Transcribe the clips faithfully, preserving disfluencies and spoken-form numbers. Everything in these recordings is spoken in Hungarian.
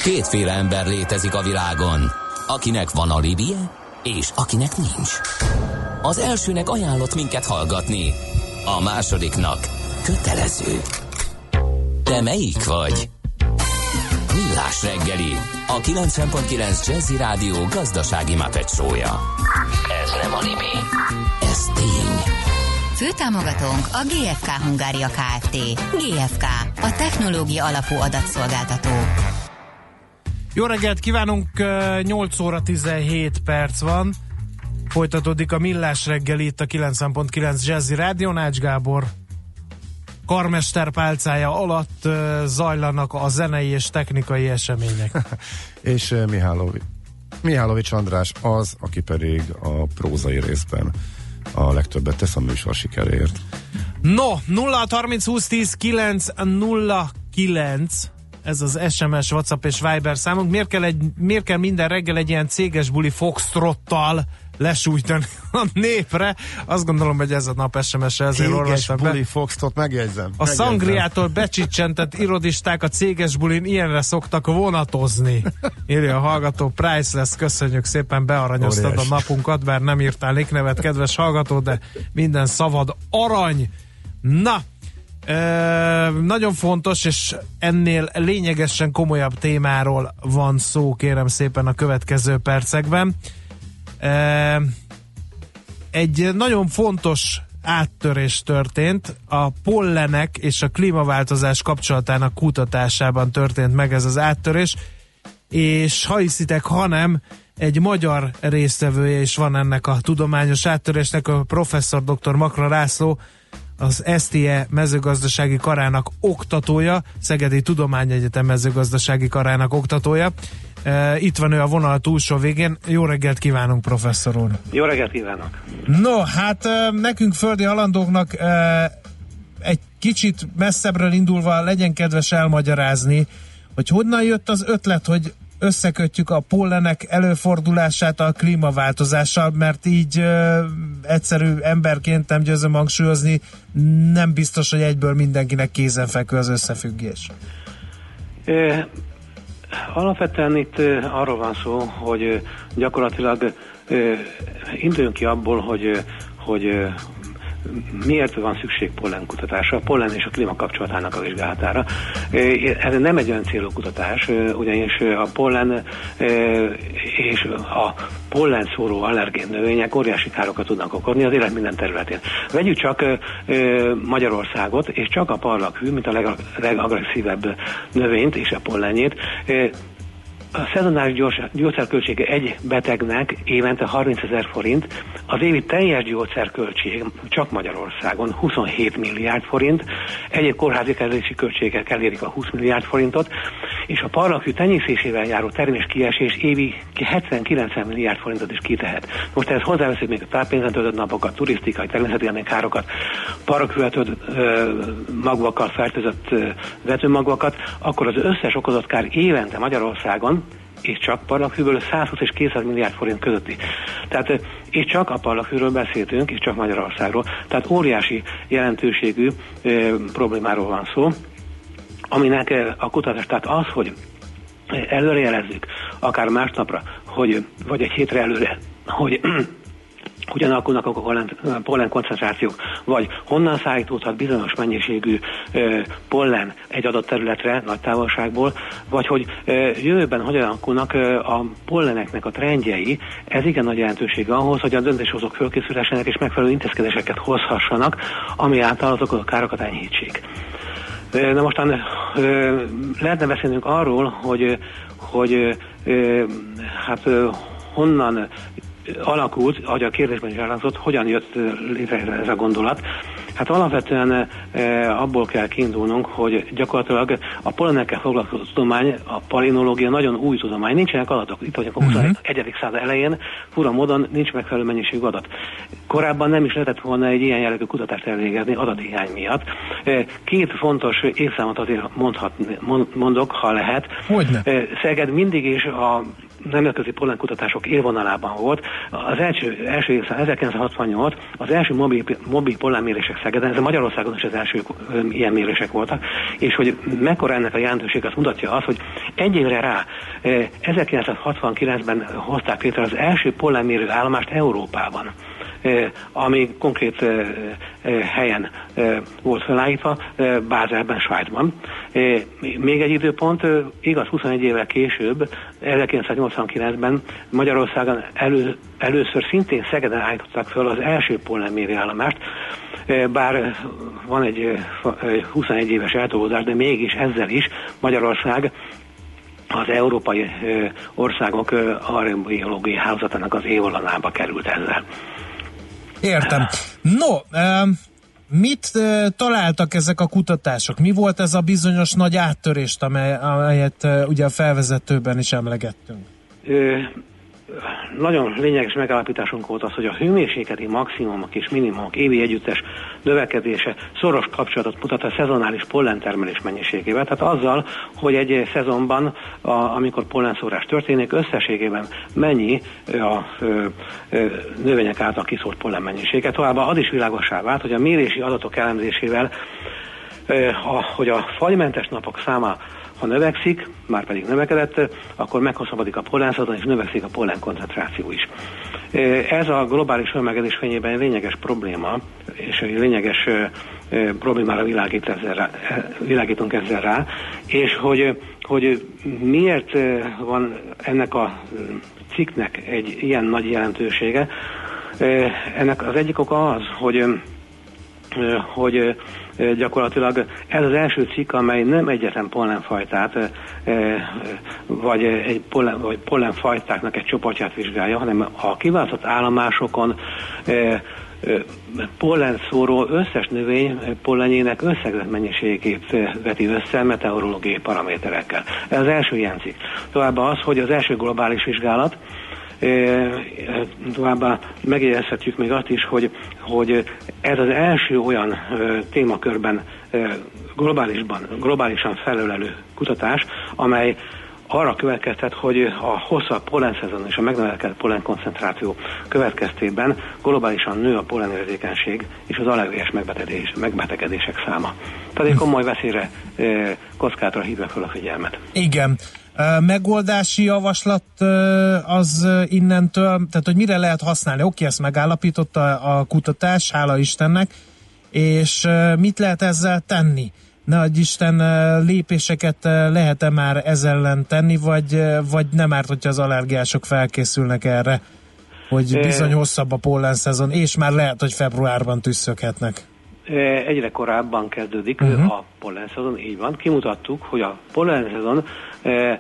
Kétféle ember létezik a világon, akinek van alibije, és akinek nincs. Az elsőnek ajánlott minket hallgatni, a másodiknak kötelező. Te melyik vagy? Millás reggeli, a kilencven pont kilenc Jazzy Rádió gazdasági Muppet show-ja. Ez nem anime, ez tény. Főtámogatónk a gé ef ká Hungária Kft. gé ef ká, a technológia alapú adatszolgáltató. Jó reggelt kívánunk, nyolc óra tizenhét perc van. Folytatódik a Millás reggeli itt a kilencven pont kilenc Jazzy Rádió. Ács Gábor karmester pálcája alatt zajlanak a zenei és technikai események. És Mihálovics, Mihálovics András az, aki pedig a prózai részben a legtöbbet tesz a műsor sikeréért. No, nulla harminc húsz tíz kilenc nulla kilenc, ez az es em es, WhatsApp és Viber számunk. Miért kell, egy, miért kell minden reggel egy ilyen céges buli foxtrottal lesújtani a népre? Azt gondolom, hogy ez a nap es em es-e, ezért olvastam be. Céges buli foxtrot, megjegyzem. A szangriától becsicsentett irodisták a céges bulin ilyenre szoktak vonatozni. Írja a hallgató, Priceless, köszönjük szépen, bearanyoztad a napunkat, bár nem írtál néknevet, kedves hallgató, de minden szavad arany. Na, e, nagyon fontos, és ennél lényegesen komolyabb témáról van szó, kérem szépen, a következő percekben. E, egy nagyon fontos áttörés történt, a pollenek és a klímaváltozás kapcsolatának kutatásában történt meg ez az áttörés, és ha hiszitek, hanem egy magyar résztvevője is van ennek a tudományos áttörésnek, a professzor dr. Makra László, az es té e mezőgazdasági karának oktatója, Szegedi Tudományegyetem mezőgazdasági karának oktatója. Itt van ő a vonal túlsó végén. Jó reggelt kívánunk, professzor úr! Jó reggelt kívánok! No, hát nekünk földi halandóknak egy kicsit messzebbről indulva legyen kedves elmagyarázni, hogy honnan jött az ötlet, hogy összekötjük a pollenek előfordulását a klímaváltozással, mert így ö, egyszerű emberként, nem győzöm hangsúlyozni, nem biztos, hogy egyből mindenkinek kézenfekvő az összefüggés. É, alapvetően itt ö, arról van szó, hogy ö, gyakorlatilag ö, induljunk ki abból, hogy, ö, hogy ö, miért van szükség pollenkutatásra, a pollen és a klíma kapcsolatának a vizsgálatára. Ez nem egy olyan célú kutatás, ugyanis a pollen és a pollen szóró allergén növények óriási károkat tudnak okozni az élet minden területén. Vegyük csak Magyarországot, és csak a parlaghű, mint a legagresszívebb növényt és a pollenjét. A szezonális gyógyszerköltsége egy betegnek évente harmincezer forint, az évi teljes gyógyszerköltség csak Magyarországon huszonhét milliárd forint, egyéb kórházi kezelési költségek elérik a húsz milliárd forintot, és a parlaghű tenyésztésével járó terméskiesés évi hetven-kilencven milliárd forintot is kitehet. Most ehhez hozzáveszik még a táppénzen töltött napokat, turisztikai, természetélmény károkat, parlaghűvel töltött magvakkal fertőzött vetőmagvakat, akkor az összes okozott kár évente Magyarországon és csak parlaghűből százhúsz és kétszáz milliárd forint közötti. Tehát és csak a parlaghűről beszéltünk, és csak Magyarországról. Tehát óriási jelentőségű e, problémáról van szó, aminek e, a kutatás, tehát az, hogy előrejelezzük, akár másnapra, hogy, vagy egy hétre előre, hogy hogyan alakulnak a pollen koncentrációk, vagy honnan szállítódhat bizonyos mennyiségű e, pollen egy adott területre, nagy távolságból, vagy hogy e, jövőben hogyan alakulnak e, a polleneknek a trendjei, ez igen nagy jelentősége ahhoz, hogy a döntéshozók fölkészülhessenek és megfelelő intézkedéseket hozhassanak, ami által azok a károkat enyhítsék. E, na mostan e, lehetne beszélnünk arról, hogy, hogy e, hát e, honnan alakult, ahogy a kérdésben is elhangzott, hogyan jött létre ez a gondolat. Hát alapvetően e, abból kell kiindulnunk, hogy gyakorlatilag a pollenekkel foglalkozó tudomány, a palinológia nagyon új tudomány, nincsenek adatok. Itt vagyunk a huszonegyedik század elején, fura módon nincs megfelelő mennyiségű adat. Korábban nem is lehetett volna egy ilyen jellegű kutatást elvégezni adathiány miatt. E, két fontos évszámot azért mondhat, mond, mondok, ha lehet. Hogyne? E, Szeged mindig is a nemzetközi pollenkutatások élvonalában volt. Az első, első évszám ezerkilencszázhatvannyolc az első mobil, mobil pollenmérések Szegeden, ez a Magyarországon is az első ilyen mérések voltak, és hogy mekkora ennek a jelentőség, azt mutatja az, hogy egy évre rá ezerkilencszázhatvankilencben hozták létre az első pollenmérő állomást Európában, ami konkrét helyen volt felállítva, Bázelben, Svájcban. Még egy időpont, igaz, huszonegy évvel később, ezerkilencszáznyolcvankilencben Magyarországon elő, először szintén Szegeden állították fel az első pollenmérő állomást, bár van egy huszonegy éves eltolódás, de mégis ezzel is Magyarország az európai országok aerobiológiai hálózatának az évonalába került ezzel. Értem. No, mit találtak ezek a kutatások? Mi volt ez a bizonyos nagy áttörést, amely, amelyet ugye a felvezetőben is emlegettünk? Ö, nagyon lényeges megállapításunk volt az, hogy a hőmérsékleti maximumok és minimumok évi együttes növekedése szoros kapcsolatot mutat a szezonális pollentermelés mennyiségével. Tehát azzal, hogy egy szezonban, a, amikor pollenszórás történik, összességében mennyi a ö, ö, növények által kiszórt pollen mennyisége. Továbbá az is világossá vált, hogy a mérési adatok elemzésével, ö, a, hogy a fagymentes napok száma ha növekszik, már pedig növekedett, akkor meghosszabbodik a pollenszezon, és növekszik a pollen koncentráció is. Ez a globális felmelegedés fényében egy lényeges probléma, és egy lényeges problémára világít ezzel rá, világítunk ezzel rá, és hogy, hogy miért van ennek a cikknek egy ilyen nagy jelentősége. Ennek az egyik oka az, hogy, hogy gyakorlatilag ez az első cikk, amely nem egyetlen pollenfajtát, vagy egy pollen, vagy pollenfajtáknak egy csoportját vizsgálja, hanem a kiválasztott állomásokon pollenszóró összes növény pollenjének összegzett mennyiségét veti össze meteorológiai paraméterekkel. Ez az első ilyen cikk. Továbbá az, hogy az első globális vizsgálat, továbbá megjegyezhetjük még azt is, hogy, hogy ez az első olyan témakörben globálisban, globálisan felölelő kutatás, amely arra következtet, hogy a hosszabb pollenszezon és a megnövekedett pollenkoncentráció következtében globálisan nő a pollenérzékenység és az allergiás megbetegedés, megbetegedések száma. Tehát egy komoly veszélyre, kockátra hívja fel a figyelmet. Igen. Megoldási javaslat az innentől, tehát hogy mire lehet használni? Oké, ezt megállapította a kutatás, hála Istennek, és mit lehet ezzel tenni? Ne adj Isten, lépéseket lehet-e már ezzel ellen tenni, vagy, vagy nem árt, hogyha az allergiások felkészülnek erre, hogy bizony hosszabb a pollenszezon, és már lehet, hogy februárban tüsszöghetnek? Egyre korábban kezdődik uh-huh. a pollenszezon, így van. Kimutattuk, hogy a pollenszezon e, e,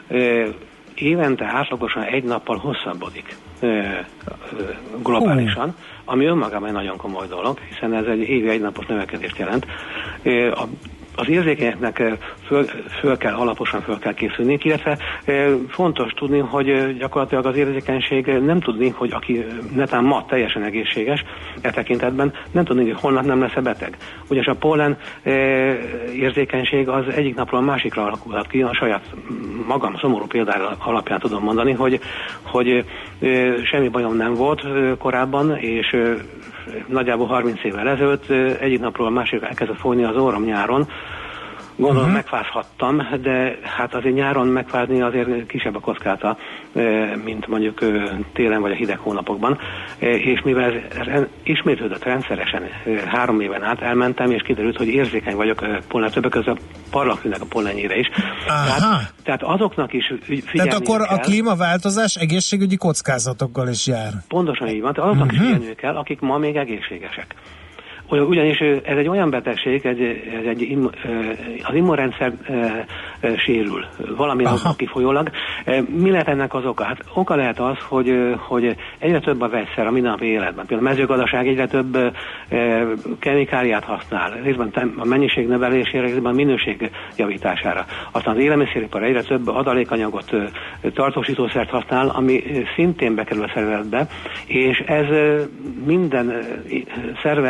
évente átlagosan egy nappal hosszabbodik e, e, globálisan, uh. ami önmagában egy nagyon komoly dolog, hiszen ez egy évi egynapos növekedést jelent. E, a Az érzékenyeknek föl, föl kell, alaposan föl kell készülni, illetve e, fontos tudni, hogy gyakorlatilag az érzékenység nem tudni, hogy aki netán ma teljesen egészséges e tekintetben, nem tudni, hogy holnap nem lesz beteg. Ugyanis a pollen e, érzékenység az egyik napról a másikra alakulhat ki, a saját magam szomorú példára alapján tudom mondani, hogy, hogy e, semmi bajom nem volt e, korábban, és e, nagyjából harminc évvel ezelőtt egyik napról a másikra elkezdett folyni az orrom nyáron. Gondolom uh-huh. megfázhattam, de hát azért nyáron megfázni azért kisebb a kockázata, mint mondjuk télen vagy a hideg hónapokban. És mivel ez ismétlődött rendszeresen három éven át, elmentem, és kiderült, hogy érzékeny vagyok pollen, többek között a parlagfűnek a pollenjére is. Tehát, tehát azoknak is figyelni Tehát akkor kell. A klímaváltozás egészségügyi kockázatokkal is jár. Pontosan így van, tehát azoknak uh-huh. is figyelni kell, akik ma még egészségesek. Ugyanis ez egy olyan betegség, ez, ez egy, az immunrendszer e, e, sérül, valaminek kifolyólag. E, mi lehet ennek az oka? Hát oka lehet az, hogy, hogy egyre több a vegyszer a mindennapi életben. Például a mezőgazdaság egyre több e, kemikáliát használ, részben a mennyiség növelésére, részben a minőség javítására. Aztán az élelmiszeripar egyre több adalékanyagot, tartósítószert használ, ami szintén bekerül a szervezetbe, és ez minden szervet,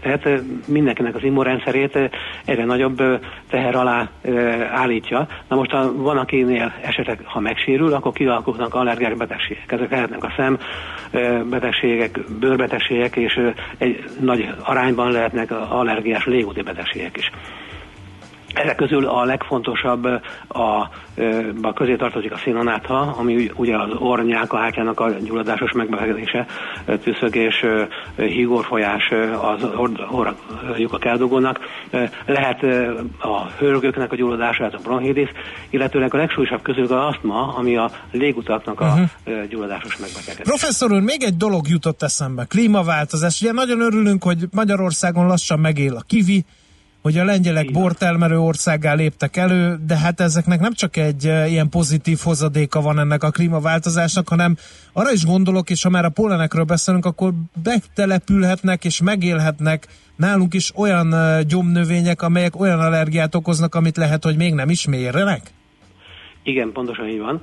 terhet mindenkinek az immunrendszerét egyre nagyobb teher alá állítja. Na most ha van akinél esetleg, ha megsérül, akkor kialakulnak allergiás betegségek. Ezek lehetnek a szem betegségek, bőrbetegségek, és egy nagy arányban lehetnek allergiás légúti betegségek is. Ezek közül a legfontosabb a, a közé tartozik a szénonátha, ami ugye az orr nyálkahártyának a gyulladásos megbetegedése, tüszögés, hígorfolyás az orrjuk eldugónak, lehet a hörgőknek a gyulladása, lehet a bronchitis, illetőleg a legsúlyosabb közül az asztma, ami a légutaknak a uh-huh. gyulladásos megbetegedés. Professzor úr, még egy dolog jutott eszembe, klímaváltozás. Ugye nagyon örülünk, hogy Magyarországon lassan megél a kivi, hogy a lengyelek bortermelő országgá léptek elő, de hát ezeknek nem csak egy e, ilyen pozitív hozadéka van ennek a klímaváltozásnak, hanem arra is gondolok, és ha már a pollenekről beszélünk, akkor betelepülhetnek és megélhetnek nálunk is olyan e, gyomnövények, amelyek olyan allergiát okoznak, amit lehet, hogy még nem is mérjenek? Igen, pontosan így van.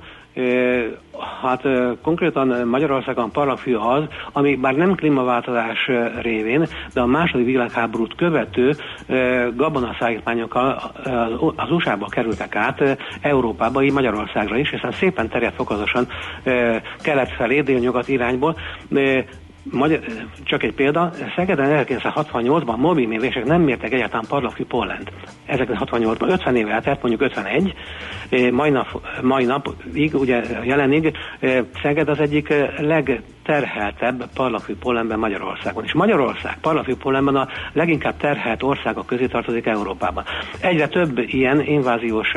Hát konkrétan Magyarországon parlagfű az, ami bár nem klímaváltozás révén, de a második világháborút követő gabonaszállítmányokkal az u es á-ba kerültek át Európába, így Magyarországra is, hiszen szépen terjedt fokozatosan kelet felé, délnyugat irányból. Magyar, csak egy példa, Szegeden ezerkilencszázhatvannyolcban mobilmérések nem mértek egyáltalán parlagfű pollent. ezerkilencszázhatvannyolcban ötven éve eltelt, mondjuk ötvenegy, mai, nap, mai napig, ugye jelenig Szeged az egyik legterheltebb parlagfű pollenben Magyarországon. És Magyarország parlagfű pollenben a leginkább terhelt országok közé tartozik Európában. Egyre több ilyen inváziós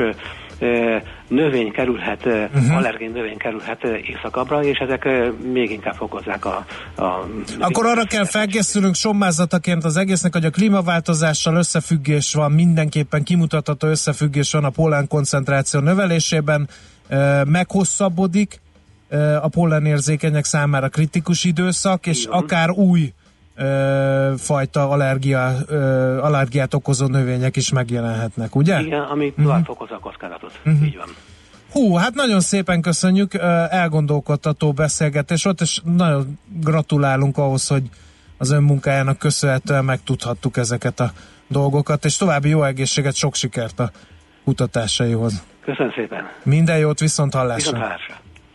növény kerülhet, uh-huh. allergén növény kerülhet északabbra, és ezek még inkább fokozzák a... a Akkor arra kell felkészülnünk sommázataként az egésznek, hogy a klímaváltozással összefüggés van, mindenképpen kimutatható összefüggés van a pollen koncentráció növelésében, meghosszabbodik a pollenérzékenyek számára kritikus időszak, és igen. akár új Ö, fajta allergia, ö, allergiát okozó növények is megjelenhetnek, ugye? Igen, ami tovább uh-huh. fokozza a kockázatot. Uh-huh. Így van. Hú, hát nagyon szépen köszönjük, elgondolkodtató beszélgetés volt, és nagyon gratulálunk ahhoz, hogy az ön munkájának köszönhetően megtudhattuk ezeket a dolgokat, és további jó egészséget, sok sikert a kutatásaihoz. Köszönöm szépen. Minden jót, viszont hallásra. Viszont hallásra.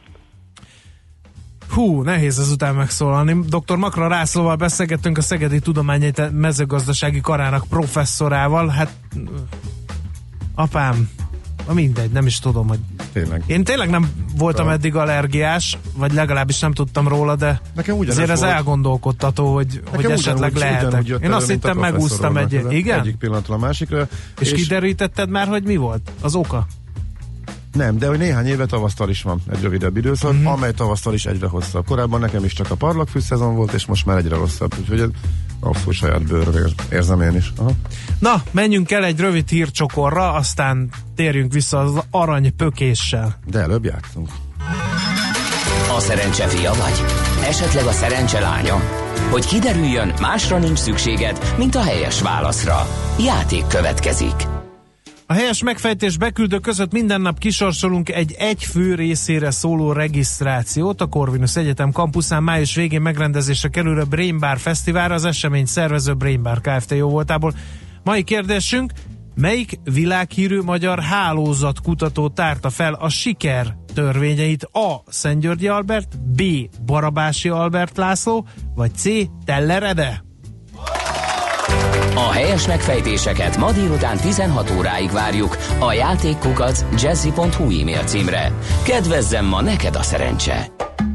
Hú, nehéz ezután megszólalni. doktor Makra Lászlóval beszélgettünk, a Szegedi Tudományegyetem mezőgazdasági karának professzorával. Hát, apám, mindegy, nem is tudom, hogy... Tényleg. Én tényleg nem voltam a... eddig allergiás, vagy legalábbis nem tudtam róla, de azért ez volt. Elgondolkodtató, hogy, hogy esetleg ugyanúgy, lehetek. Ugyanúgy Én azt hittem, megúsztam egy... Igen? Egyik pillanatra a másikra. És, és kiderítetted már, hogy mi volt az oka? Nem, de hogy néhány éve tavasztal is van egy rövidebb időszak, mm-hmm. amely tavasztal is egyre hosszabb. Korábban nekem is csak a parlagfű szezon volt, és most már egyre rosszabb, úgyhogy ez abszolút saját bőrről érzem én is. Aha. Na, menjünk el egy rövid hírcsokorra, aztán térjünk vissza az aranypökéssel. De előbb játszunk. A szerencse fia vagy? Esetleg a szerencse lánya? Hogy kiderüljön, másra nincs szükséged, mint a helyes válaszra. Játék következik. A helyes megfejtés beküldő között minden nap kisorsolunk egy egy fő részére szóló regisztrációt. A Corvinus Egyetem kampuszán május végén megrendezésre kerül a Brain Bar Fesztiválra, az esemény szervező Brain Bar Kft. Jó voltából. Mai kérdésünk, melyik világhírű magyar hálózatkutató tárta fel a siker törvényeit? A. Szentgyörgyi Albert, B. Barabási Albert László, vagy C. Teller Ede? A helyes megfejtéseket ma délután tizenhat óráig várjuk a játékkukac jazzy pont hu e-mail címre. Kedvezzem ma neked a szerencse!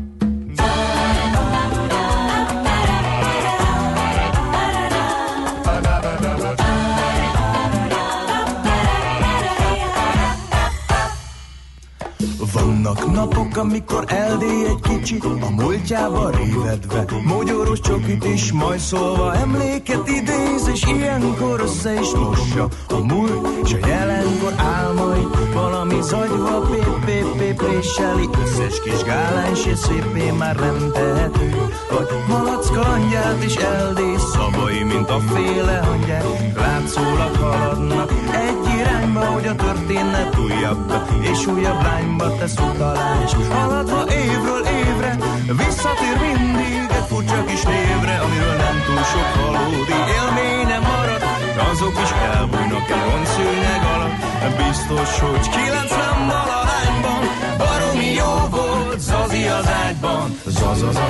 Vannak napok, amikor eldély egy kicsit, a múltjába révedve, mogyoros csokit is majd szólva emléket idéz, és ilyenkor össze is mossa a múlt, és a jelenkor álmait valami zagyva pép-pép-pép-présseli, összes kis gálány se szépé már nem tehető, vagy malac kalandját is eldély, szavai, mint a féle hangyák, látszólag haladnak egy irányba, hogy a történet újabb és újabb lányba tesz utalás, haladva évről évre névre, visszatér mindig egy furcsa kis névre, amiről nem túl sok valódi élménye marad, de azok is elbújnak egy rongyszőnyeg alatt. Biztos, hogy kilencven valahányban baromi jó volt Zazi az ágyban. Zazi az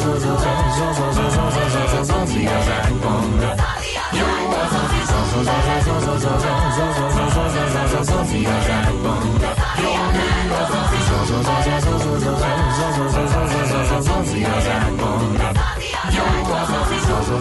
ágyban. Jó az Zazi, Zazi az ágyban. Jó nő az Zazi, Zazi az ágyban. Jó az Zazi,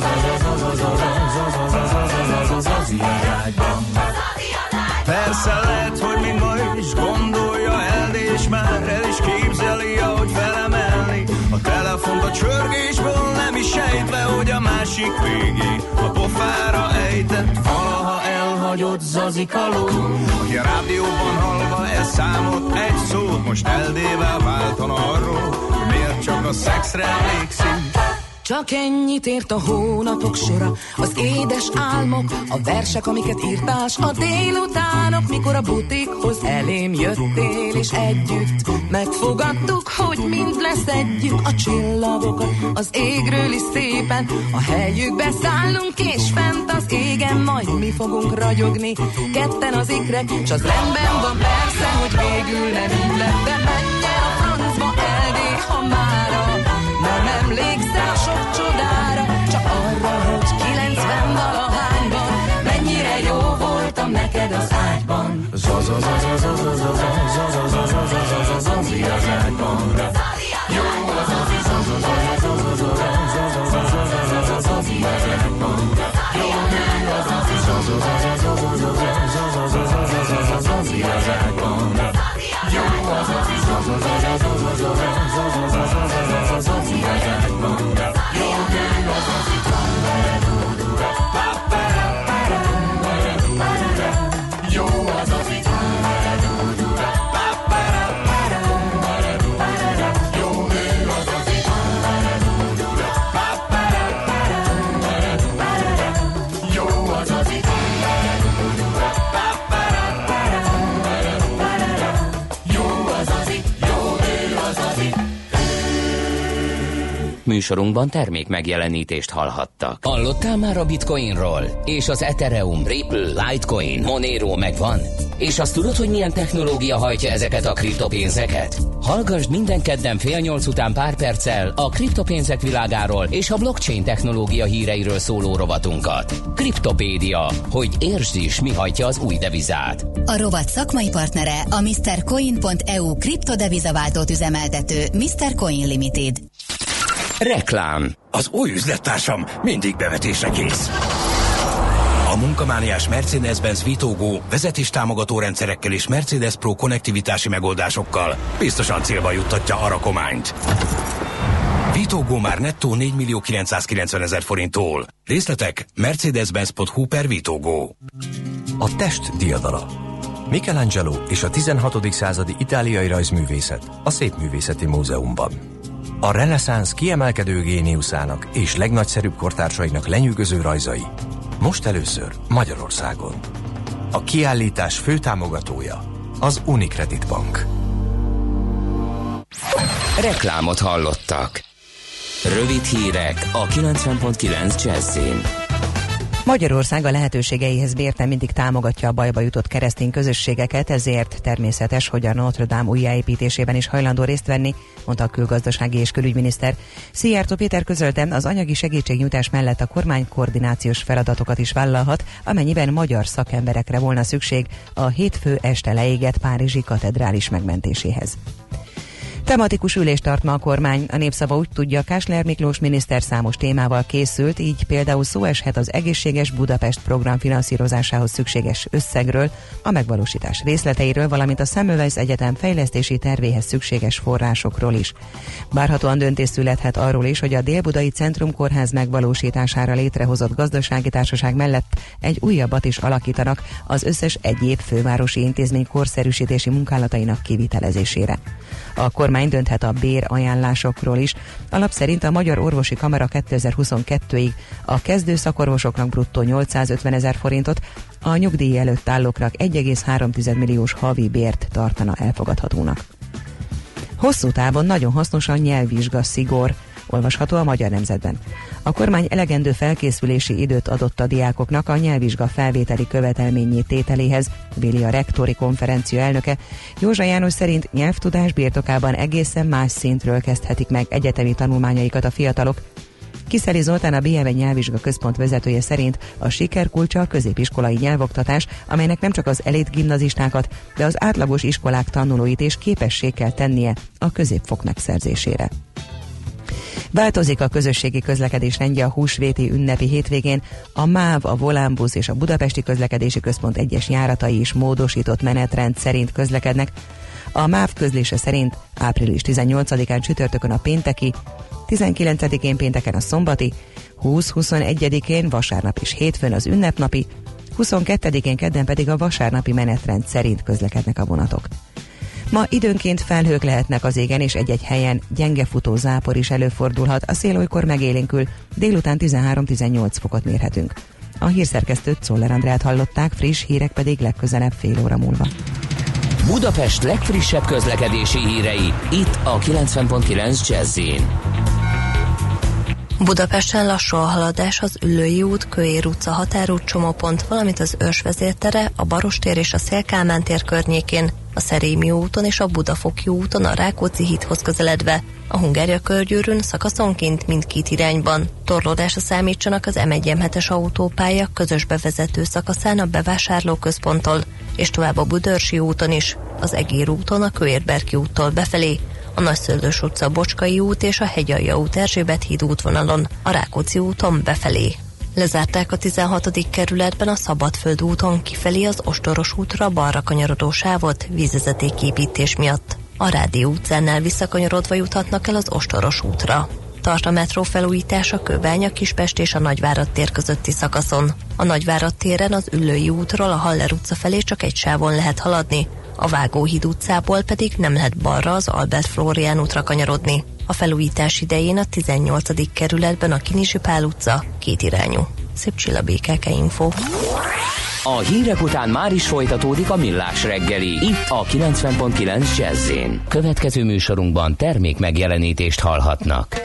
Zazi az ágyban. Persze lehet, hogy mind ma is gondolja el, de és már el is képzeli, ahogy felemelni a telefont a csörgésből, nem is sejtve, hogy a másik végé a pofára ejtett valaha elhagyott zazikaló, aki a rádióban hallva elszámolt egy szót, most eldével váltan arról, hogy miért csak a szexre emlékszik. Csak ennyit ért a hónapok sora, az édes álmok, a versek, amiket írtál, s a délutánok, mikor a butikhoz elém jöttél, és együtt megfogadtuk, hogy mind leszedjük a csillagokat az égről is szépen, a helyükbe szállunk, és fent az égen majd mi fogunk ragyogni, ketten az ikrek, s az rendben van persze, hogy végül nem így lett, de menjen a francba eldé, ha mára nem emlékszel sok csodára, csak arra, hogy kilencven valahányban mennyire jó voltam neked az ágyban. Zazi az ágyban. Jó az Zazi, Zazi az ágyban. Jó nő az Zazi, Zazi az ágyban. Jó az Zazi, Zazi az ágyban. Jó nő az Zazi. Jó az Zazi. Műsorunkban termék megjelenítést hallhattak. Hallottál már a Bitcoinról? És az Ethereum, Ripple, Litecoin, Monero megvan? És azt tudod, hogy milyen technológia hajtja ezeket a kriptopénzeket? Hallgasd minden kedden fél nyolc után pár perccel a kriptopénzek világáról és a blockchain technológia híreiről szóló rovatunkat. Kriptopédia, hogy értsd is, mi hajtja az új devizát. A rovat szakmai partnere a mister coin pont e u kriptodevizaváltót üzemeltető mister Coin Limited. Reklám. Az új üzlettársam mindig bevetésre kész. A munkamániás Mercedes-Benz Vitógo vezetéstámogató rendszerekkel és Mercedes Pro konnektivitási megoldásokkal biztosan célba juttatja a rakományt. Vitógo már nettó négy millió kilencszázkilencven ezer forinttól. Részletek mercedes-benz pont hu per Vitógo. A test diadala. Michelangelo és a tizenhatodik századi itáliai rajzművészet a Szépművészeti Múzeumban. A reneszánsz kiemelkedő géniuszának és legnagyszerűbb kortársainak lenyűgöző rajzai most először Magyarországon. A kiállítás főtámogatója az Unicredit Bank. Reklámot hallottak. Rövid hírek a kilencven pont kilenc Jazzin. Magyarország a lehetőségeihez mérten mindig támogatja a bajba jutott keresztény közösségeket, ezért természetes, hogy a Notre Dame újjáépítésében is hajlandó részt venni, mondta a külgazdasági és külügyminiszter. Szijjártó Péter közölte, az anyagi segítségnyújtás mellett a kormány koordinációs feladatokat is vállalhat, amennyiben magyar szakemberekre volna szükség a hétfő este leégett párizsi katedrális megmentéséhez. Tematikus ülést tart ma a kormány. A Népszava úgy tudja, Kásler Miklós miniszter számos témával készült, így például szó eshet az Egészséges Budapest program finanszírozásához szükséges összegről, a megvalósítás részleteiről, valamint a Semmelweis Egyetem fejlesztési tervéhez szükséges forrásokról is. Várhatóan döntés születhet arról is, hogy a Dél-Budai Centrumkórház megvalósítására létrehozott gazdasági társaság mellett egy újabbat is alakítanak az összes egyéb fővárosi intézmény korszerűsítési munkálatainak kivitelezésére. A kormány dönthet a bérajánlásokról is. Alap szerint a Magyar Orvosi Kamara kétezer-huszonkettőig a kezdő szakorvosoknak bruttó nyolcszázötven ezer forintot, a nyugdíj előtt állóknak egy egész három milliós havi bért tartana elfogadhatónak. Hosszú távon nagyon hasznos a nyelvvizsga szigor, olvasható a Magyar Nemzetben. A kormány elegendő felkészülési időt adott a diákoknak a nyelvvizsga felvételi követelményé tételéhez, véli a rektori konferencia elnöke. Józsa János szerint nyelvtudás birtokában egészen más szintről kezdhetik meg egyetemi tanulmányaikat a fiatalok. Kiszeli Zoltán, a bé em egy nyelvvizsga központ vezetője szerint a siker kulcsa a középiskolai nyelvoktatás, amelynek nem csak az elit gimnazistákat, de az átlagos iskolák tanulóit is képessé kell tennie a középfok megszerzésére. Változik a közösségi közlekedés rendje a húsvéti ünnepi hétvégén. A MÁV, a Volánbusz és a Budapesti Közlekedési Központ egyes járatai is módosított menetrend szerint közlekednek. A MÁV közlése szerint április tizennyolcadikán csütörtökön a pénteki, tizenkilencedikén pénteken a szombati, húsz-huszonegyedikén vasárnap és hétfőn az ünnepnapi, huszonkettedikén kedden pedig a vasárnapi menetrend szerint közlekednek a vonatok. Ma időnként felhők lehetnek az égen, és egy-egy helyen gyenge futó zápor is előfordulhat, a szél olykor megélénkül, délután tizenhárom-tizennyolc fokot mérhetünk. A hírszerkesztőt, Czoller Andrát hallották, friss hírek pedig legközelebb fél óra múlva. Budapest legfrissebb közlekedési hírei, itt a kilencven pont kilenc Jazz-in. Budapesten lassú a haladás az Üllői út, Kőér utca határút csomópont, valamint az Őrs vezértere, a Barostér és a Széll-Kálmán tér környékén, a Szerémi úton és a Budafoki úton a Rákóczi hídhoz közeledve, a Hungária körgyűrűn szakaszonként mindkét irányban. Torlódásra számítsanak az em egy em hetes autópálya közös bevezető szakaszán a bevásárlóközponttól, és tovább a Budörsi úton is, az Egér úton a Kőérberki úttól befelé, a Nagyszőlős utca, Bocskai út és a Hegyalja út, Erzsébet híd útvonalon, a Rákóczi úton befelé. Lezárták a tizenhatodik kerületben a Szabadföld úton kifelé az Ostoros útra balra kanyarodó sávot vízvezetéképítés miatt. A Rádió utcánál visszakanyarodva juthatnak el az Ostoros útra. Tart a metró felújítása Kőbánya, Kispest és a Nagyvárad tér közötti szakaszon. A Nagyvárad téren az Üllői útról a Haller utca felé csak egy sávon lehet haladni, a Vágóhíd utcából pedig nem lehet balra az Albert Flórián útra kanyarodni. A felújítás idején a tizennyolcadik kerületben a Kinizsi Pál utca kétirányú. Szép Csilla, bé ká ká Info. A hírek után már is folytatódik a Millás reggeli, itt a kilencven pont kilenc Jazz-in. Következő műsorunkban termék megjelenítést hallhatnak.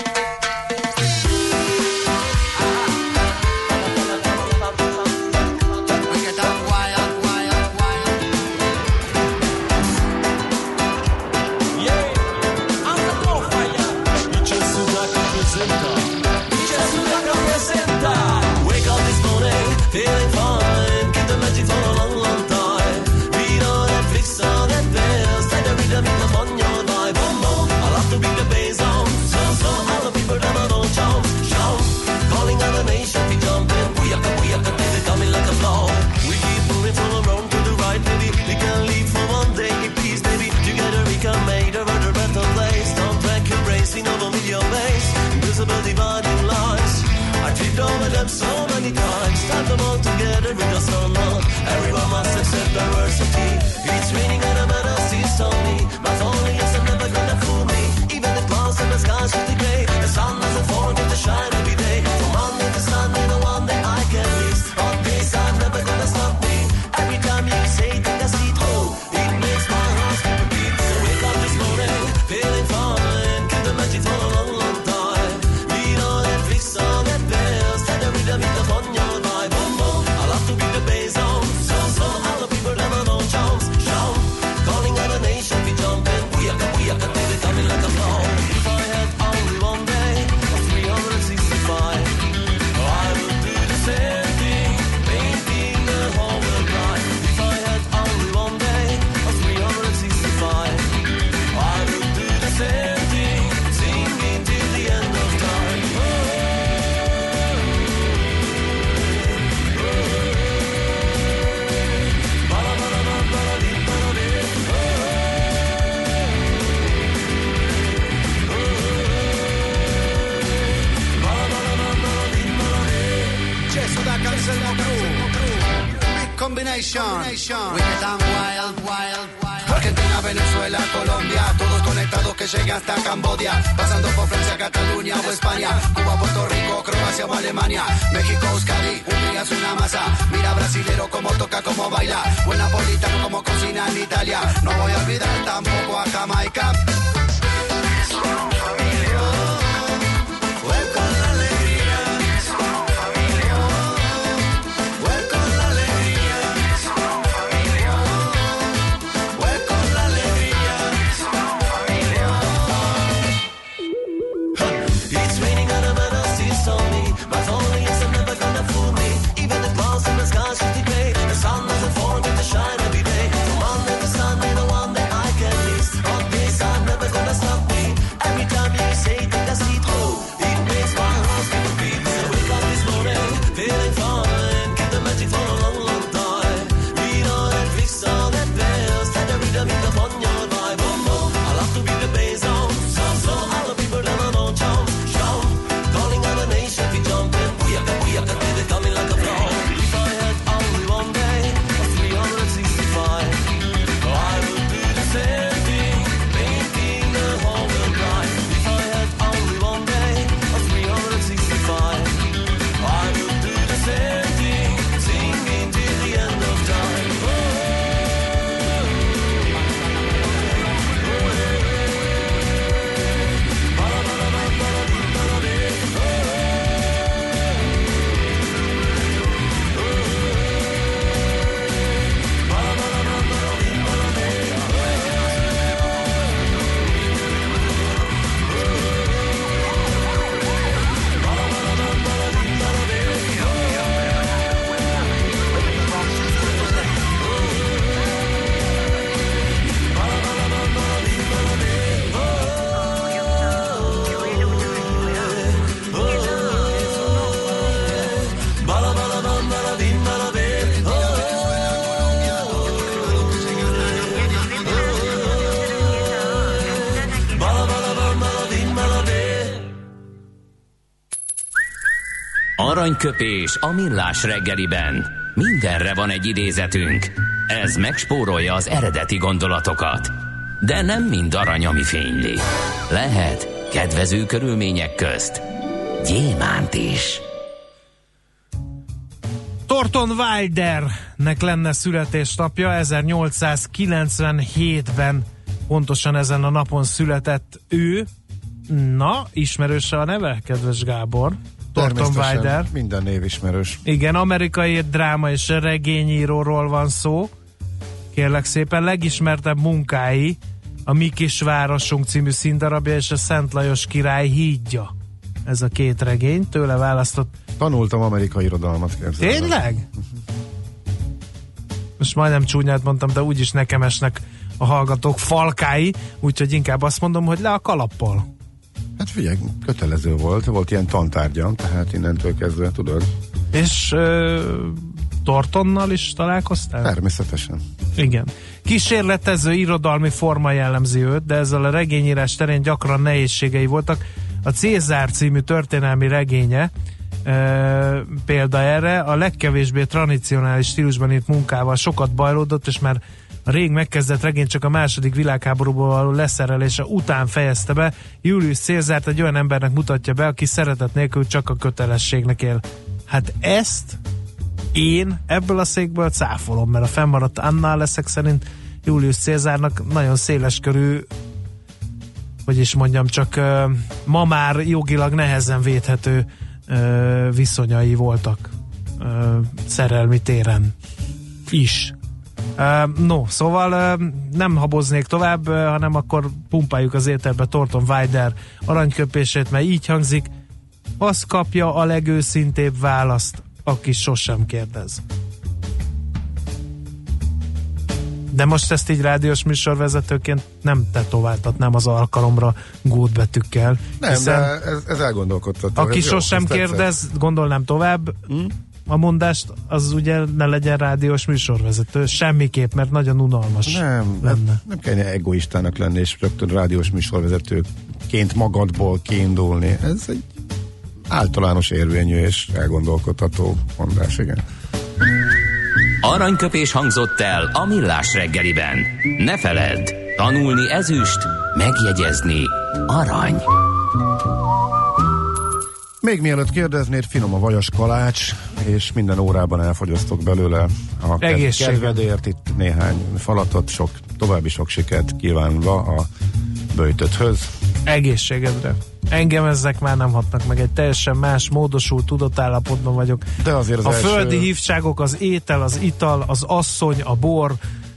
Argentina, Venezuela, Colombia, todos conectados que llegan hasta Camboya, pasando por Francia, Cataluña o España, Cuba, Puerto Rico, Croacia o Alemania, México, Euskadi, un día es una masa, mira brasilero como toca, como baila, buen napolitano como cocina en Italia, no voy a olvidar tampoco a Jamaica. Aranyköpés a millás reggeliben. Mindenre van egy idézetünk. Ez megspórolja az eredeti gondolatokat. De nem mind arany, ami fényli. Lehet kedvező körülmények közt gyémánt is. Thornton Wildernek lenne születésnapja, ezernyolcszázkilencvenhétben pontosan ezen a napon született ő. Na, ismerős a neve, kedves Gábor? Thornton Wilder. Minden név ismerős. Igen, amerikai dráma és regényíróról van szó. Kérlek szépen, legismertebb munkái a Mi kisvárosunk című színdarabja és a Szent Lajos király hídja. Ez a két regény, tőle választott. Tanultam amerikai irodalmat, képzelem. Tényleg? Most majdnem csúnyát mondtam, de úgyis nekem esnek a hallgatók falkái, úgyhogy inkább azt mondom, hogy le a kalappal. Hát figyelj, kötelező volt, volt ilyen tantárgya, tehát innentől kezdve, tudod. És uh, Thorntonnal is találkoztál? Természetesen. Igen. Kísérletező irodalmi forma jellemzi őt, de ezzel a regényírás terén gyakran nehézségei voltak. A Cézár című történelmi regénye e, példa erre, a legkevésbé tradicionális stílusban írt munkával sokat bajlódott, és már a rég megkezdett regény csak a második világháborúból való leszerelése után fejezte be. Julius Cézárt egy olyan embernek mutatja be, aki szeretet nélkül csak a kötelességnek él. Hát ezt én ebből a székből cáfolom, mert a fennmaradt annál leszek szerint Julius Cézárnak nagyon széleskörű, hogy is mondjam, csak uh, ma már jogilag nehezen védhető uh, viszonyai voltak uh, szerelmi téren is. Uh, no, szóval uh, nem haboznék tovább, uh, hanem akkor pumpáljuk az éterbe Thornton Wilder aranyköpését, mert így hangzik: az kapja a legőszintébb választ, aki sosem kérdez. De most ezt így rádiós műsorvezetőként nem tetováltatnám az alkalomra gótbetűkkel. Nem, de ez, ez elgondolkodtató. Aki ez sosem jó, kérdez, gondolnám tovább, hmm? a mondást, az ugye ne legyen rádiós műsorvezető. Semmiképp, mert nagyon unalmas nem, lenne. Nem kell egoistának lenni, és rögtön rádiós műsorvezetőként magadból kiindulni. Ez egy általános érvényű és elgondolkodható mondás, igen. Aranyköpés hangzott el a millás reggeliben. Ne feledd, tanulni ezüst, megjegyezni arany. Még mielőtt kérdeznéd, finom a vajas kalács, és minden órában elfogyasztok belőle a kedvedért. Itt néhány falatot, sok, további sok sikert kívánva a böjtöthöz. Egészségedre. Engem ezek már nem hatnak meg, egy teljesen más, módosult tudatállapotban vagyok. De azért az a első... földi hívságok, az étel, az ital, az asszony, a bor,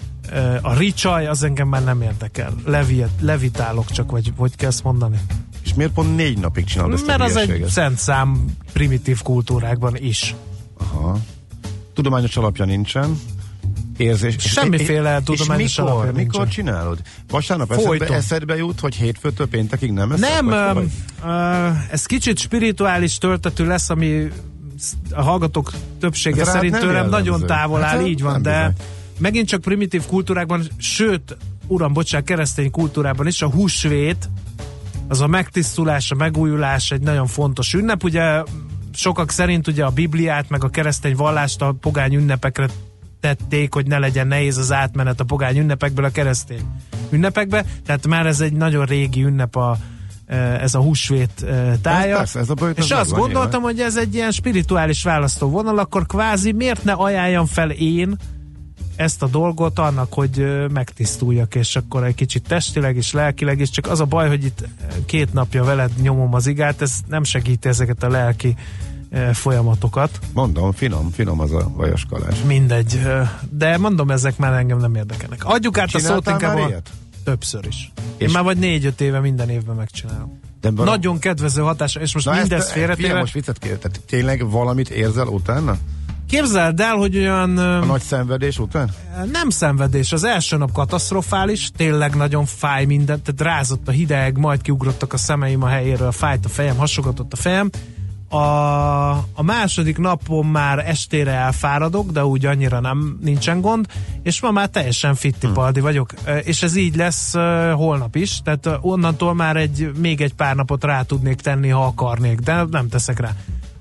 a ricsaj, az engem már nem érdekel. Levi, levitálok csak, vagy hogy kell ezt mondani? És miért pont négy napig csinálod ezt Mert a az hülyeséget? egy szent szám primitív kultúrákban is. Aha. Tudományos alapja nincsen. Érzés. Semmiféle és, tudományos és mikor, alapja mikor nincsen. csinálod? Vasárnap eszedbe, eszedbe jut, hogy hétfőtől péntekig nem eszed? Nem, um, uh, ez kicsit spirituális töltetű lesz, ami a hallgatók többsége ez szerint tőlem jellemző. Nagyon távol áll, hát, így van, de bizony. Megint csak primitív kultúrákban, sőt, uram, bocsánat, keresztény kultúrában is a húsvét, az a megtisztulás, a megújulás egy nagyon fontos ünnep. Ugye sokak szerint ugye a Bibliát, meg a keresztény vallást a pogány ünnepekre tették, hogy ne legyen nehéz az átmenet a pogány ünnepekből a keresztény ünnepekbe, tehát már ez egy nagyon régi ünnep a, ez a húsvét tája. Ez persze, ez a bőt, és azt gondoltam, nyilván, hogy ez egy ilyen spirituális választóvonal, akkor kvázi miért ne ajánljam fel én ezt a dolgot annak, hogy megtisztuljak, és akkor egy kicsit testileg és lelkileg, és csak az a baj, hogy itt két napja veled nyomom az igát, ez nem segíti ezeket a lelki folyamatokat. Mondom, finom, finom az a vajas kalács. Mindegy, de mondom, ezek már engem nem érdekelnek. Adjuk át csináltál a szót inkább már a... ilyet? Többször is. És Én már vagy négy-öt éve minden évben megcsinálom. De bar... Nagyon kedvező hatása, és most na mindez félretéve... Most viccet kér, tehát tényleg valamit érzel utána? Képzeld el, hogy olyan... A nagy szenvedés után? Nem szenvedés, az első nap katasztrofális, tényleg nagyon fáj minden, tehát rázott a hideg, majd kiugrottak a szemeim a helyéről, fájt a fejem, hasogatott a fejem. A, a második napon már estére elfáradok, de úgy annyira nem, nincsen gond, és ma már teljesen fittipaldi vagyok, és ez így lesz uh, holnap is, tehát uh, onnantól már egy, még egy pár napot rá tudnék tenni, ha akarnék, de nem teszek rá.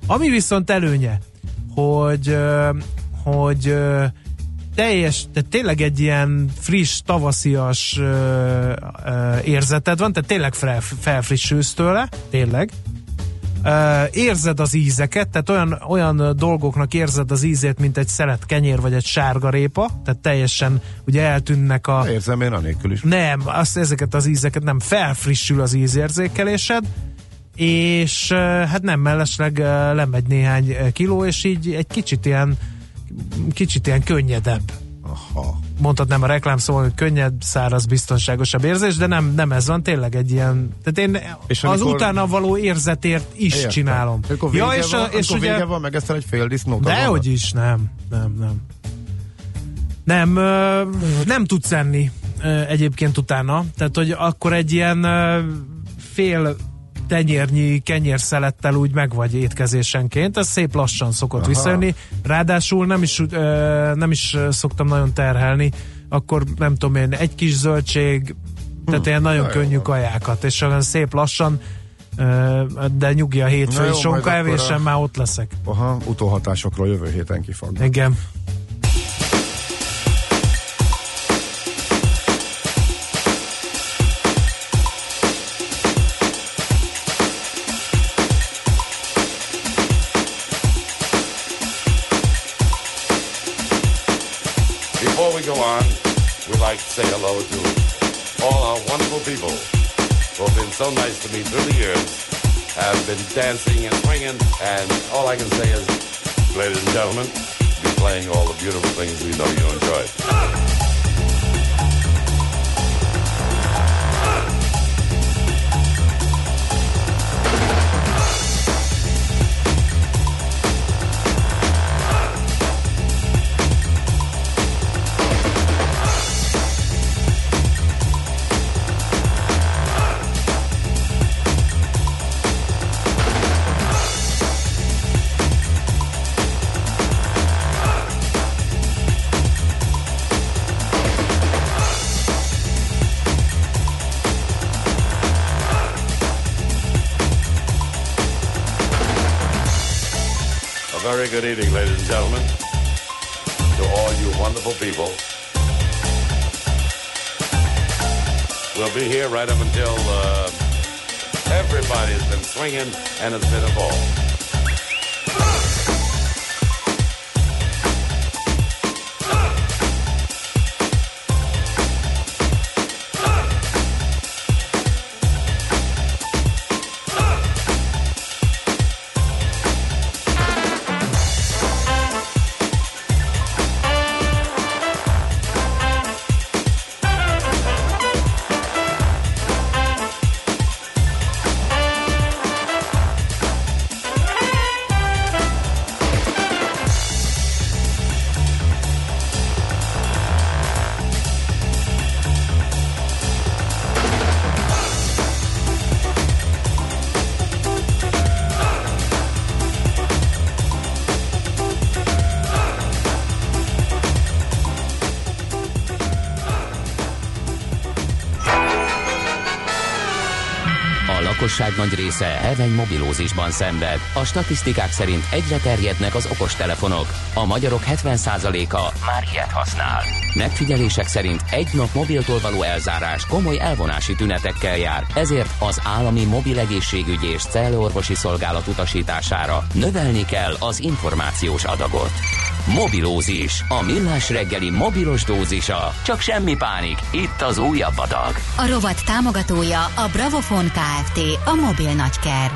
Ami viszont előnye, hogy, hogy teljes, tehát tényleg egy ilyen friss, tavaszias érzeted van, tehát tényleg fel, felfrissülsz tőle, tényleg. Érzed az ízeket, tehát olyan, olyan dolgoknak érzed az ízét, mint egy szelet kenyér, vagy egy sárgarépa, tehát teljesen ugye eltűnnek a... Érzem én anélkül is. Nem, azt, ezeket az ízeket nem, felfrissül az ízérzékelésed, és hát nem mellesleg lemegy néhány kiló, és így egy kicsit ilyen kicsit ilyen könnyedebb. Aha. Mondhatnám a reklám szóval, hogy könnyed, száraz, biztonságosabb érzés, de nem, nem ez van, tényleg egy ilyen, tehát én és az amikor... utána való érzetért is értem. Csinálom. Akkor vége ja, és, van, és akkor ugye... vége van, meg ezt egy fél disznót. Dehogy is, nem, nem, nem. Nem, nem tudsz enni egyébként utána, tehát hogy akkor egy ilyen fél tenyérnyi kenyérszelettel úgy meg vagy étkezésenként, ez szép lassan szokott Aha. visszajönni, ráadásul nem is, nem is szoktam nagyon terhelni, akkor nem tudom én, egy kis zöldség, tehát hm. ilyen nagyon Na könnyű jó. kajákat, és olyan szép lassan, de nyugi a hétfői sonkaevésen, már ott leszek. Aha, utóhatásokról jövő héten kifog. Igen. Before we go on, we'd like to say hello to all our wonderful people who have been so nice to me through the years, have been dancing and swinging, and all I can say is, ladies and gentlemen, be playing all the beautiful things we know you enjoy. Very good evening, ladies and gentlemen, to all you wonderful people. We'll be here right up until uh, everybody's been swinging and has been involved. lakosság nagy része heveny mobilózisban szenved. A statisztikák szerint egyre terjednek az okostelefonok. A magyarok hetven százaléka már ilyet használ. Megfigyelések szerint egy nap mobiltól való elzárás komoly elvonási tünetekkel jár, ezért az állami mobil egészségügyi és cellorvosi szolgálat utasítására növelni kell az információs adagot. Mobilózis, a millás reggeli mobilos dózisa. Csak semmi pánik, itt az újabb adag. A rovat támogatója a Bravofon Kft. A mobil nagyker.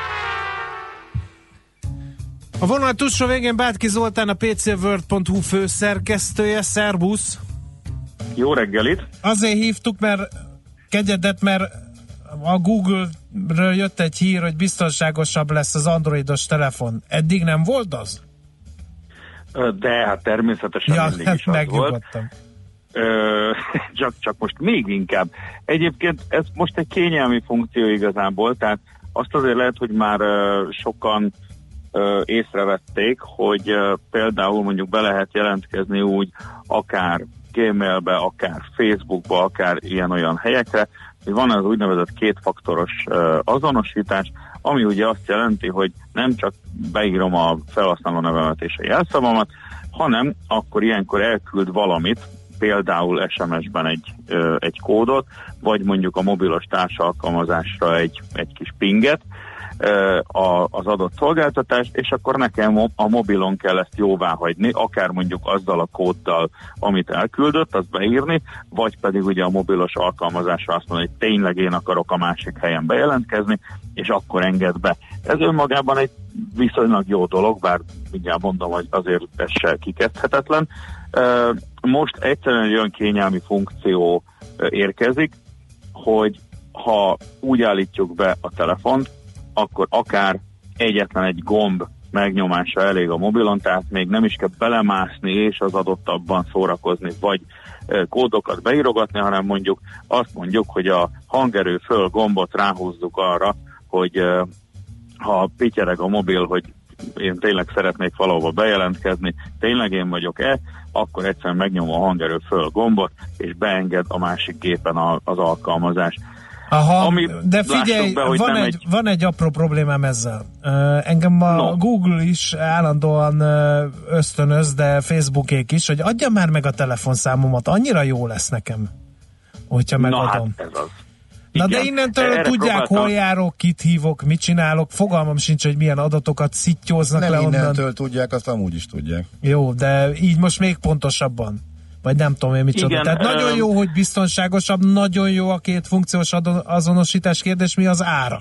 A vonal túlsó végén Bátki Zoltán, a pé cé world pont hu főszerkesztője. Szerbusz! Jó reggelit! Azért hívtuk, mert kegyedet, mert a Google-ről jött egy hír, hogy biztonságosabb lesz az androidos telefon. Eddig nem volt az? De hát természetesen ja, mindig is az volt. Ö, csak, csak most még inkább. Egyébként ez most egy kényelmi funkció igazából, tehát azt azért lehet, hogy már uh, sokan uh, észrevették, hogy uh, például mondjuk be lehet jelentkezni úgy akár Gmailbe, akár Facebookba, akár ilyen-olyan helyekre, hogy van az úgynevezett kétfaktoros azonosítás, ami ugye azt jelenti, hogy nem csak beírom a felhasználó nevemet és a jelszavamat, hanem akkor ilyenkor elküld valamit, például es em es-ben egy, egy kódot, vagy mondjuk a mobilos társalkalmazásra egy, egy kis pinget, az adott szolgáltatás, és akkor nekem a mobilon kell ezt jóvá hagyni, akár mondjuk azzal a kóddal, amit elküldött, azt beírni, vagy pedig ugye a mobilos alkalmazásra azt mondani, hogy tényleg én akarok a másik helyen bejelentkezni, és akkor enged be. Ez önmagában egy viszonylag jó dolog, bár mindjárt mondom, hogy azért ez se kikezdhetetlen. Most egyszerűen egy olyan kényelmi funkció érkezik, hogy ha úgy állítjuk be a telefont, akkor akár egyetlen egy gomb megnyomása elég a mobilon, tehát még nem is kell belemászni és az adottabban szórakozni, vagy kódokat beírogatni, hanem mondjuk azt mondjuk, hogy a hangerő föl gombot ráhúzzuk arra, hogy ha pityereg a mobil, hogy én tényleg szeretnék valahova bejelentkezni, tényleg én vagyok-e, akkor egyszerűen megnyomom a hangerő föl gombot, és beenged a másik gépen az alkalmazás. Aha, Ami, de figyelj, be, van, egy, egy... van egy apró problémám ezzel. Uh, engem a no. Google is állandóan uh, ösztönöz, de Facebookék is, hogy adja már meg a telefonszámomat, annyira jó lesz nekem, hogyha megadom. Na, hát ez az. Na Igen. de innentől Erre tudják, próbáltam. Hol járok, kit hívok, mit csinálok, fogalmam sincs, hogy milyen adatokat szittyóznak Nem le onnan. Nem innentől tudják, azt amúgy is tudják. Jó, de így most még pontosabban. Vagy nem tudom én micsoda. Igen, Tehát ö... nagyon jó, hogy biztonságosabb, nagyon jó a két funkciós azonosítás. Kérdés, mi az ára?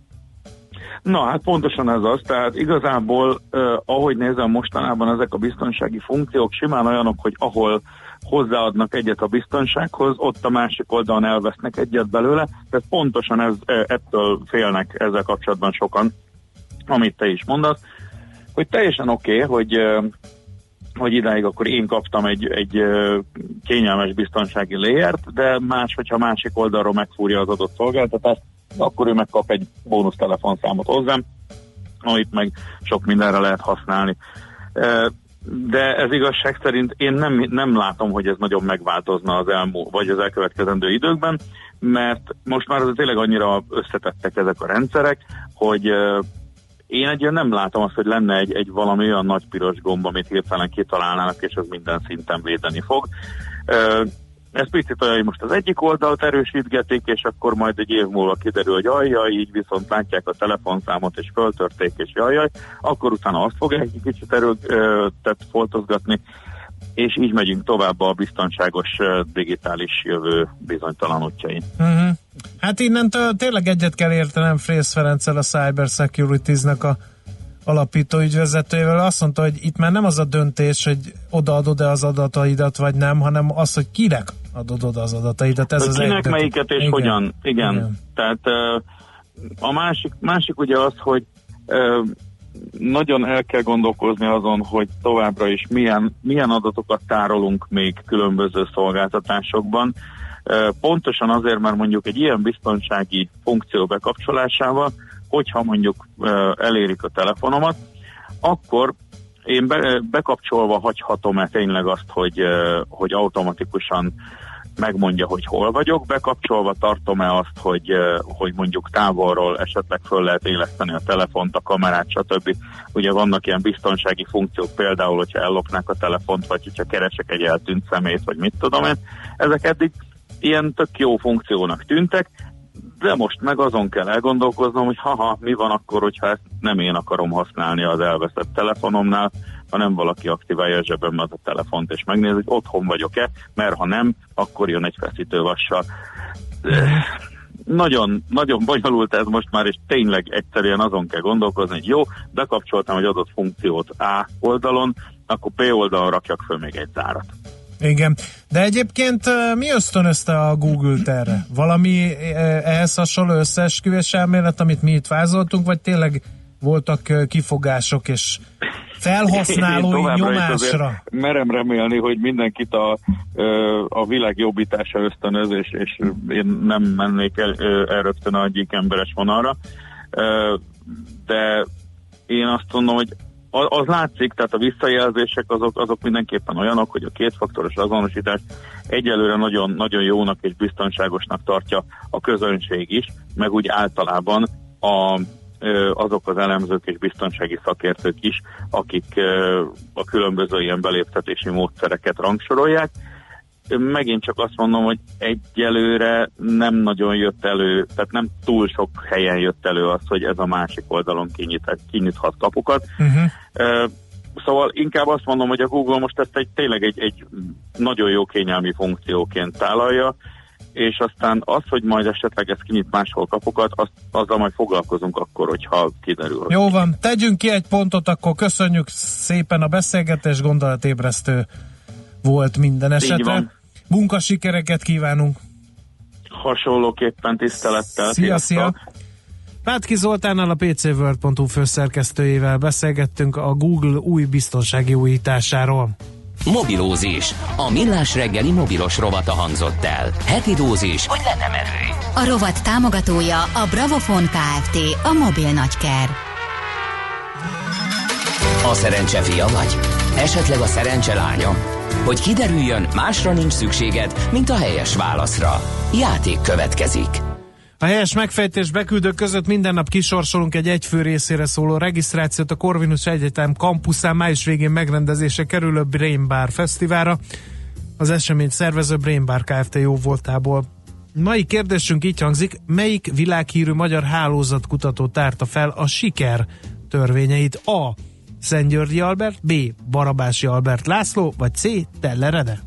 Na, hát pontosan ez az. Tehát igazából, eh, ahogy nézem mostanában, ezek a biztonsági funkciók simán olyanok, hogy ahol hozzáadnak egyet a biztonsághoz, ott a másik oldalon elvesznek egyet belőle. Tehát pontosan ez, ettől félnek ezzel kapcsolatban sokan, amit te is mondasz, hogy teljesen oké, okay, hogy hogy idáig akkor én kaptam egy, egy kényelmes biztonsági layert, de más, hogyha másik oldalról megfúrja az adott szolgáltatást, akkor ő megkap egy bónusz telefonszámot hozzám, amit meg sok mindenre lehet használni. De ez igazság szerint én nem, nem látom, hogy ez nagyon megváltozna az elmúlt, vagy az elkövetkezendő időkben, mert most már tényleg annyira összetettek ezek a rendszerek, hogy én egy nem látom azt, hogy lenne egy, egy valami olyan nagy piros gomb, amit hirtelen kitalálnának, és az minden szinten védeni fog. Ez picit olyan, hogy most az egyik oldalt erősítgetik, és akkor majd egy év múlva kiderül, hogy ajjaj, így viszont látják a telefonszámot, és föltörték, és jajjaj, akkor utána azt fogják egy kicsit erőt foltozgatni, és így megyünk tovább a biztonságos digitális jövő bizonytalan útjain. Uh-huh. Hát innentől tényleg egyet kell értenem Frész Ferenccel, a Cyber Securities-nek a alapító ügyvezetőjével. Azt mondta, hogy itt már nem az a döntés, hogy odaadod-e az adataidat, vagy nem, hanem az, hogy kinek adod oda az adataidat. Ez hogy az kinek, egy melyiket és igen. hogyan. Igen. Igen. Tehát a másik, másik ugye az, hogy nagyon el kell gondolkozni azon, hogy továbbra is milyen, milyen adatokat tárolunk még különböző szolgáltatásokban. Pontosan azért, mert mondjuk egy ilyen biztonsági funkció bekapcsolásával, hogyha mondjuk elérik a telefonomat, akkor én be, bekapcsolva hagyhatom-e tényleg azt, hogy, hogy automatikusan megmondja, hogy hol vagyok, bekapcsolva tartom-e azt, hogy, hogy mondjuk távolról esetleg föl lehet éleszteni a telefont, a kamerát, stb. Ugye vannak ilyen biztonsági funkciók, például, hogyha ellopnák a telefont, vagy hogyha keresek egy eltűnt szemét, vagy mit tudom én. Ezek eddig ilyen tök jó funkciónak tűntek, de most meg azon kell elgondolkoznom, hogy haha, mi van akkor, hogyha ezt nem én akarom használni az elveszett telefonomnál, hanem valaki aktiválja a zsebembe a telefont, és megnéz, hogy otthon vagyok-e, mert ha nem, akkor jön egy feszítővassal. Nagyon, nagyon bonyolult ez most már, és tényleg egyszerűen azon kell gondolkozni, hogy jó, bekapcsoltam egy adott funkciót A oldalon, akkor B oldalon rakjak föl még egy zárat. Igen, de egyébként mi ösztönözte a Google-t erre? Valami ehhez hasonló összeesküvés elmélet, amit mi itt vázoltunk, vagy tényleg voltak kifogások és felhasználói nyomásra? Merem remélni, hogy mindenkit a, a világ jobbítása ösztönöz, és, és én nem mennék el, el rögtön a egyik emberes vonalra, de én azt mondom, hogy az látszik, tehát a visszajelzések azok, azok mindenképpen olyanok, hogy a kétfaktoros azonosítás egyelőre nagyon, nagyon jónak és biztonságosnak tartja a közönség is, meg úgy általában a, azok az elemzők és biztonsági szakértők is, akik a különböző ilyen beléptetési módszereket rangsorolják. Megint csak azt mondom, hogy egyelőre nem nagyon jött elő, tehát nem túl sok helyen jött elő az, hogy ez a másik oldalon kinyit, kinyithat kapukat. Uh-huh. Szóval inkább azt mondom, hogy a Google most ezt egy, tényleg egy, egy nagyon jó kényelmi funkcióként tálalja, és aztán az, hogy majd esetleg ez kinyit máshol kapukat, azt, azzal majd foglalkozunk akkor, hogyha kiderül. Jó van, tegyünk ki egy pontot, akkor köszönjük szépen a beszélgetés, gondolatébresztő volt minden esetre. Munkasikereket kívánunk. Hasonlóképpen tisztelettel. Szia, szia! Pátki Zoltánnal, a pé cé world pont hu főszerkesztőjével beszélgettünk a Google új biztonsági újításáról. Mobilózis. A millás reggeli mobilos rovata hangzott el. Heti dózis, hogy lenne merő. A rovat támogatója a Bravofon Kft. A mobil nagyker. A szerencse fia vagy? Esetleg a szerencse lánya? Hogy kiderüljön, másra nincs szükséged, mint a helyes válaszra. Játék következik. A helyes megfejtés beküldők között minden nap kisorsolunk egy egyfő részére szóló regisztrációt a Corvinus Egyetem kampuszán május végén megrendezése kerülő Brain Bar Fesztiválra. Az esemény szervező Brain Bar Kft. Jóvoltából. Mai kérdésünk így hangzik: melyik világhírű magyar hálózatkutató tárta fel a siker törvényeit? A. Szentgyörgyi Albert, B. Barabási Albert László, vagy C. Teller Ede?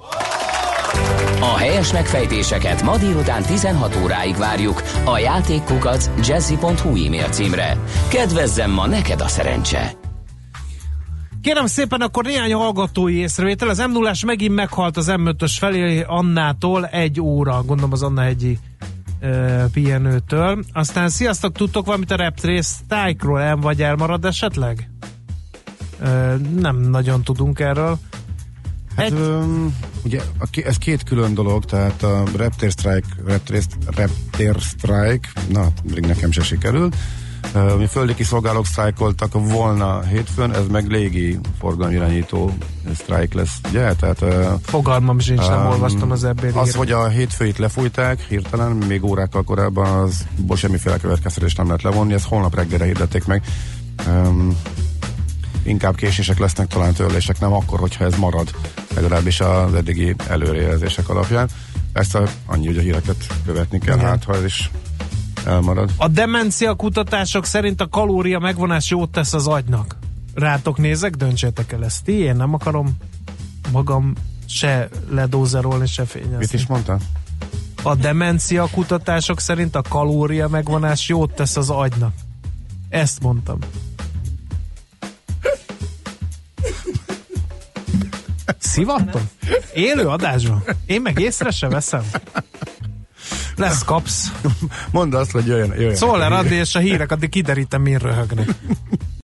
A helyes megfejtéseket ma délután tizenhat óráig várjuk a játékkukac jazzy pont hu e-mail címre. Kedvezzem ma neked a szerencse! Kérem szépen, akkor néhány hallgatói észrevétel. Az em nullás megint meghalt az em ötös felé Annától egy óra, gondolom az Anna hegyi uh, pihenőtől. Aztán sziasztok, tudtok valamit a Reptrace Strike-ról, el vagy elmarad esetleg? Uh, nem nagyon tudunk erről. Hát, um, ugye ez két külön dolog, tehát a Raptor Strike, Raptor, Raptor Strike, na, még nekem se sikerült. Uh, mi földi kiszolgálók sztrájkoltak volna hétfőn, ez meg légi forgalomirányító sztrájk lesz, ugye? Tehát, uh, fogalmam sincs, um, nem olvastam az ebbéli. Az, hogy a hétfőit lefújták hirtelen, még órákkal korábban, az semmiféle következtetést nem lehet levonni, ezt holnap reggelre hirdették meg. Um, inkább késések lesznek, talán törlések, nem akkor, hogyha ez marad, legalábbis az eddigi előrejelzések alapján. Ezt a, annyi, hogy a híreket követni kell, igen. Hát ha ez is elmarad. A demencia kutatások szerint a kalória megvonás jót tesz az agynak. Rátok nézek, döntsétek el ezt. Ti, én nem akarom magam se ledózerolni, se fényezni. Mit is mondtál? A demencia kutatások szerint a kalória megvonás jót tesz az agynak. Ezt mondtam. Szivattom? Élő adásban? Én meg észre se veszem. Lesz kapsz. Mondd azt, hogy jöjjön. jöjjön. Szóval addig, és a hírek addig kiderítem, min röhögnek.